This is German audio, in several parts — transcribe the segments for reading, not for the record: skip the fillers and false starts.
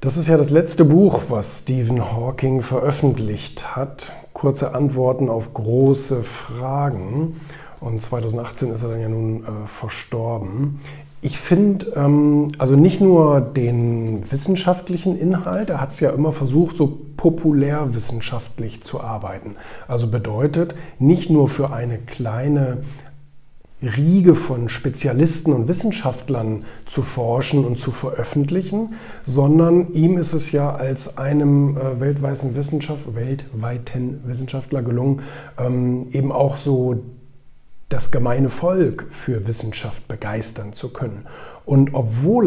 Das ist ja das letzte Buch, was Stephen Hawking veröffentlicht hat. Kurze Antworten auf große Fragen. Und 2018 ist er dann ja nun verstorben. Ich finde also nicht nur den wissenschaftlichen Inhalt, er hat es ja immer versucht, so populärwissenschaftlich zu arbeiten. Also bedeutet, nicht nur für eine kleine Riege von Spezialisten und Wissenschaftlern zu forschen und zu veröffentlichen, sondern ihm ist es ja als einem weltweiten Wissenschaftler gelungen, eben auch so das gemeine Volk für Wissenschaft begeistern zu können. Und obwohl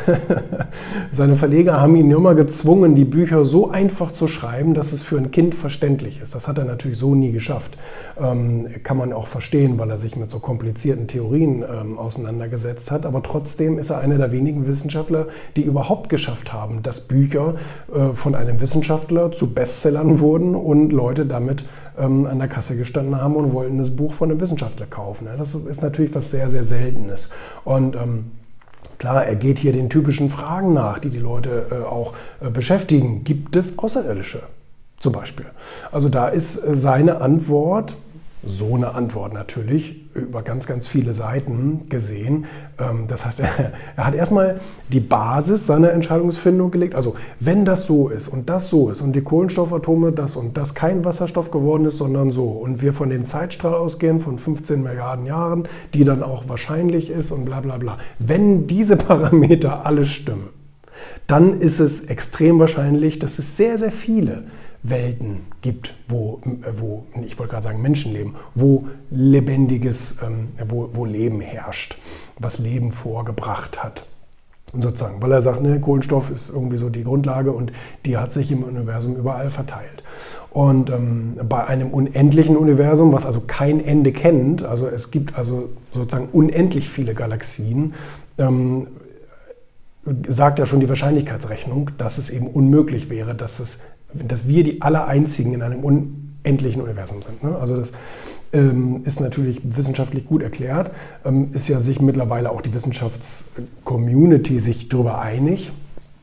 seine Verleger haben ihn immer gezwungen, die Bücher so einfach zu schreiben, dass es für ein Kind verständlich ist. Das hat er natürlich so nie geschafft. Kann man auch verstehen, weil er sich mit so komplizierten Theorien auseinandergesetzt hat. Aber trotzdem ist er einer der wenigen Wissenschaftler, die überhaupt geschafft haben, dass Bücher von einem Wissenschaftler zu Bestsellern wurden und Leute damit an der Kasse gestanden haben und wollten das Buch von einem Wissenschaftler kaufen. Das ist natürlich was sehr, sehr Seltenes. Und klar, er geht hier den typischen Fragen nach, die die Leute auch beschäftigen. Gibt es Außerirdische zum Beispiel? Also da ist seine Antwort, so eine Antwort natürlich, über ganz, ganz viele Seiten gesehen. Das heißt, er hat erstmal die Basis seiner Entscheidungsfindung gelegt. Also wenn das so ist und die Kohlenstoffatome das und das kein Wasserstoff geworden ist, sondern so und wir von dem Zeitstrahl ausgehen von 15 Milliarden Jahren, die dann auch wahrscheinlich ist und bla bla bla. Wenn diese Parameter alle stimmen, dann ist es extrem wahrscheinlich, dass es sehr, sehr viele Welten gibt, wo ich wollte gerade sagen Menschen leben, wo lebendiges, wo Leben herrscht, was Leben vorgebracht hat. Und sozusagen, weil er sagt, ne, Kohlenstoff ist irgendwie so die Grundlage und die hat sich im Universum überall verteilt. Und bei einem unendlichen Universum, was also kein Ende kennt, also es gibt also sozusagen unendlich viele Galaxien, sagt ja schon die Wahrscheinlichkeitsrechnung, dass es eben unmöglich wäre, dass wir die Allereinzigen in einem unendlichen Universum sind. Also das ist natürlich wissenschaftlich gut erklärt, ist ja sich mittlerweile auch die Wissenschaftscommunity sich darüber einig.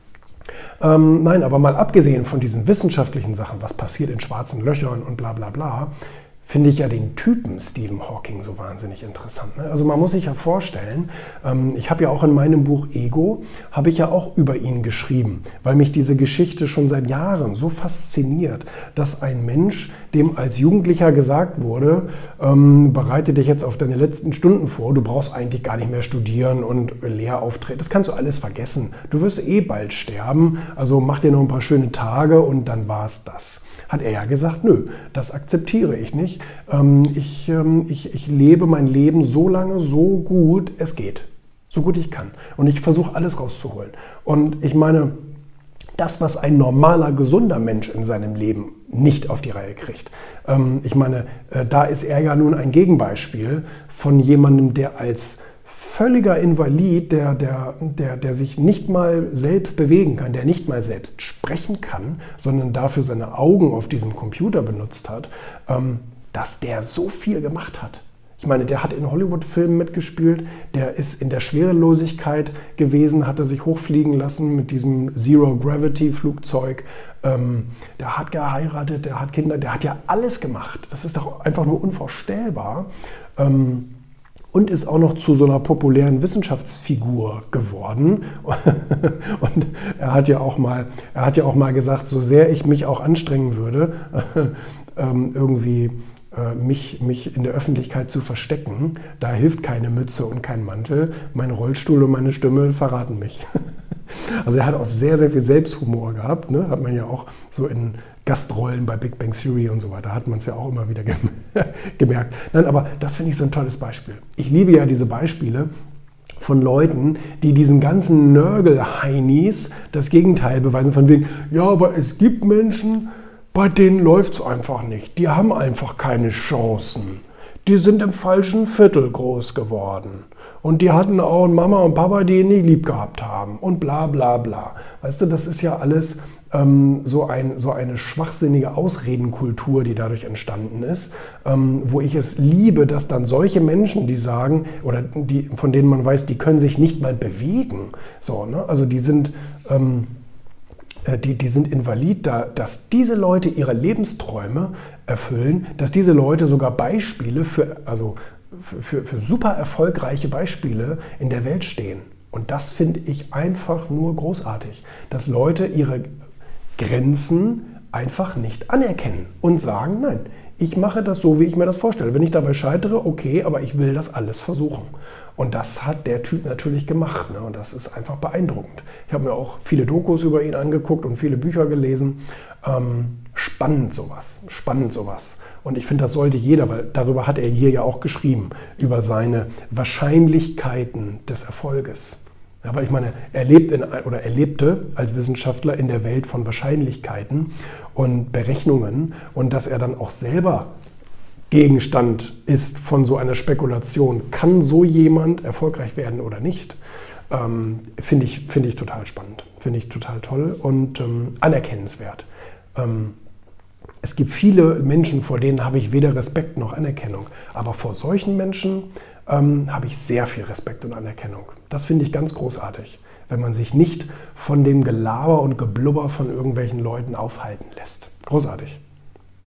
Nein, aber mal abgesehen von diesen wissenschaftlichen Sachen, was passiert in schwarzen Löchern und bla bla bla, finde ich ja den Typen Stephen Hawking so wahnsinnig interessant. Also man muss sich ja vorstellen, ich habe ja auch in meinem Buch Ego, habe ich ja auch über ihn geschrieben, weil mich diese Geschichte schon seit Jahren so fasziniert, dass ein Mensch, dem als Jugendlicher gesagt wurde, bereite dich jetzt auf deine letzten Stunden vor, du brauchst eigentlich gar nicht mehr studieren und Lehrauftritt, das kannst du alles vergessen. Du wirst eh bald sterben, also mach dir noch ein paar schöne Tage und dann war es das. Hat er ja gesagt, nö, das akzeptiere ich nicht. Ich lebe mein Leben so lange, so gut es geht. So gut ich kann. Und ich versuche alles rauszuholen. Und ich meine, das, was ein normaler, gesunder Mensch in seinem Leben nicht auf die Reihe kriegt. Ich meine, da ist er ja nun ein Gegenbeispiel von jemandem, der als völliger Invalid, der sich nicht mal selbst bewegen kann, der nicht mal selbst sprechen kann, sondern dafür seine Augen auf diesem Computer benutzt hat, dass der so viel gemacht hat. Ich meine, der hat in Hollywood-Filmen mitgespielt, der ist in der Schwerelosigkeit gewesen, hat er sich hochfliegen lassen mit diesem Zero-Gravity-Flugzeug, der hat geheiratet, der hat Kinder, der hat ja alles gemacht. Das ist doch einfach nur unvorstellbar. Und ist auch noch zu so einer populären Wissenschaftsfigur geworden. Und er hat ja auch mal gesagt, so sehr ich mich auch anstrengen würde, irgendwie mich in der Öffentlichkeit zu verstecken, da hilft keine Mütze und kein Mantel. Mein Rollstuhl und meine Stimme verraten mich. Also er hat auch sehr, sehr viel Selbsthumor gehabt, ne? Hat man ja auch so in Gastrollen bei Big Bang Theory und so weiter, hat man es ja auch immer wieder gemerkt. Nein, aber das finde ich so ein tolles Beispiel. Ich liebe ja diese Beispiele von Leuten, die diesen ganzen Nörgel-Heinis das Gegenteil beweisen, von wegen, ja, aber es gibt Menschen, bei denen läuft es einfach nicht. Die haben einfach keine Chancen. Die sind im falschen Viertel groß geworden. Und die hatten auch Mama und Papa, die ihn nie lieb gehabt haben. Und bla bla bla. Weißt du, das ist ja alles so eine schwachsinnige Ausredenkultur, die dadurch entstanden ist, wo ich es liebe, dass dann solche Menschen, die sagen, oder von denen man weiß, die können sich nicht mal bewegen. So, ne? Also die sind die sind invalid, dass diese Leute ihre Lebensträume erfüllen, dass diese Leute sogar Beispiele für super erfolgreiche Beispiele in der Welt stehen. Und das finde ich einfach nur großartig, dass Leute ihre Grenzen einfach nicht anerkennen und sagen, nein, ich mache das so, wie ich mir das vorstelle. Wenn ich dabei scheitere, okay, aber ich will das alles versuchen. Und das hat der Typ natürlich gemacht, ne? Und das ist einfach beeindruckend. Ich habe mir auch viele Dokus über ihn angeguckt und viele Bücher gelesen. Spannend sowas, spannend sowas. Und ich finde, das sollte jeder, weil darüber hat er hier ja auch geschrieben, über seine Wahrscheinlichkeiten des Erfolges. Ja, weil ich meine, er lebte als Wissenschaftler in der Welt von Wahrscheinlichkeiten und Berechnungen und dass er dann auch selber Gegenstand ist von so einer Spekulation, kann so jemand erfolgreich werden oder nicht, finde ich total spannend, finde ich total toll und anerkennenswert. Es gibt viele Menschen, vor denen habe ich weder Respekt noch Anerkennung, aber vor solchen Menschen habe ich sehr viel Respekt und Anerkennung. Das finde ich ganz großartig, wenn man sich nicht von dem Gelaber und Geblubber von irgendwelchen Leuten aufhalten lässt. Großartig.